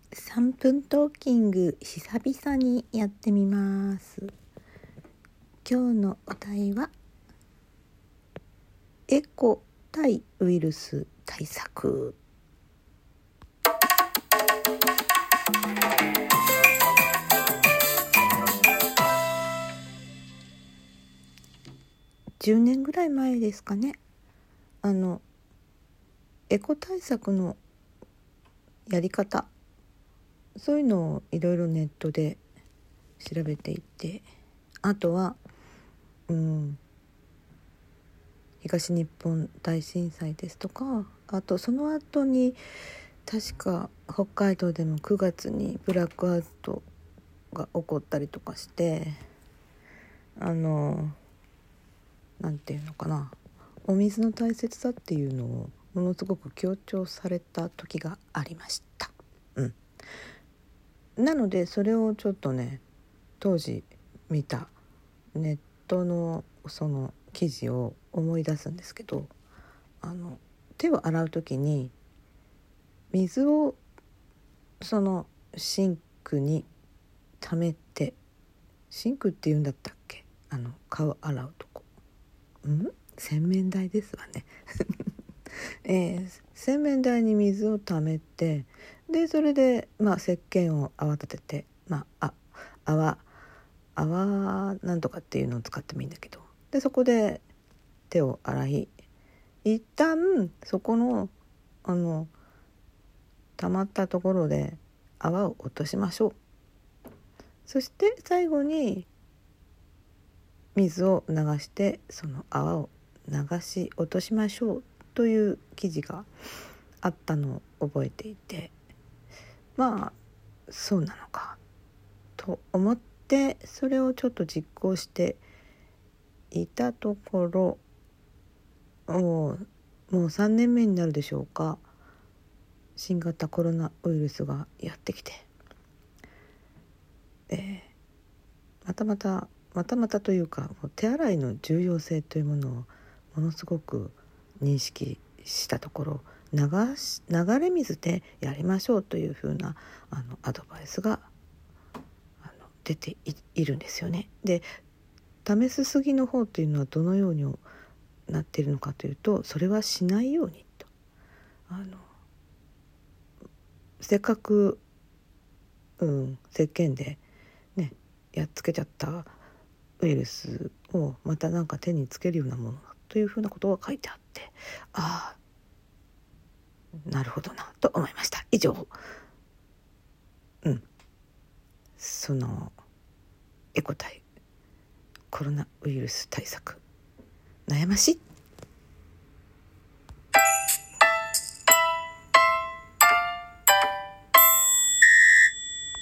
3分トーキング久々にやってみます。今日のお題はエコ対ウイルス対策。10年ぐらい前ですかね、エコ対策のやり方、そういうのをいろいろネットで調べていて、あとは東日本大震災ですとか、あとその後に確か北海道でも9月にブラックアウトが起こったりとかして、なんていうのかな、お水の大切さっていうのをものすごく強調された時がありました。なのでそれをちょっとね、当時見たネットのその記事を思い出すんですけど、手を洗う時に水をそのシンクに溜めて、シンクっていうんだったっけ、顔洗うとこ、洗面台ですわね洗面台に水を溜めて、でそれで石鹸を泡立てて、泡なんとかっていうのを使ってもいいんだけど、でそこで手を洗い、一旦そこの溜まったところで泡を落としましょう。そして最後に水を流してその泡を流し落としましょうという記事があったのを覚えていて、そうなのかと思ってそれをちょっと実行していたところ、もう3年目になるでしょうか、新型コロナウイルスがやってきて、またまたというか、手洗いの重要性というものをものすごく認識したところ、流れ水でやりましょうというふうなアドバイスが出て いるんですよね。で、試すすぎの方というのはどのようになっているのかというと、それはしないようにと、せっかく、石鹸でねやっつけちゃったウイルスをまたなんか手につけるようなものというふうなことが書いてあって、なるほどなと思いました。以上、そのエコ対コロナウイルス対策、悩ましい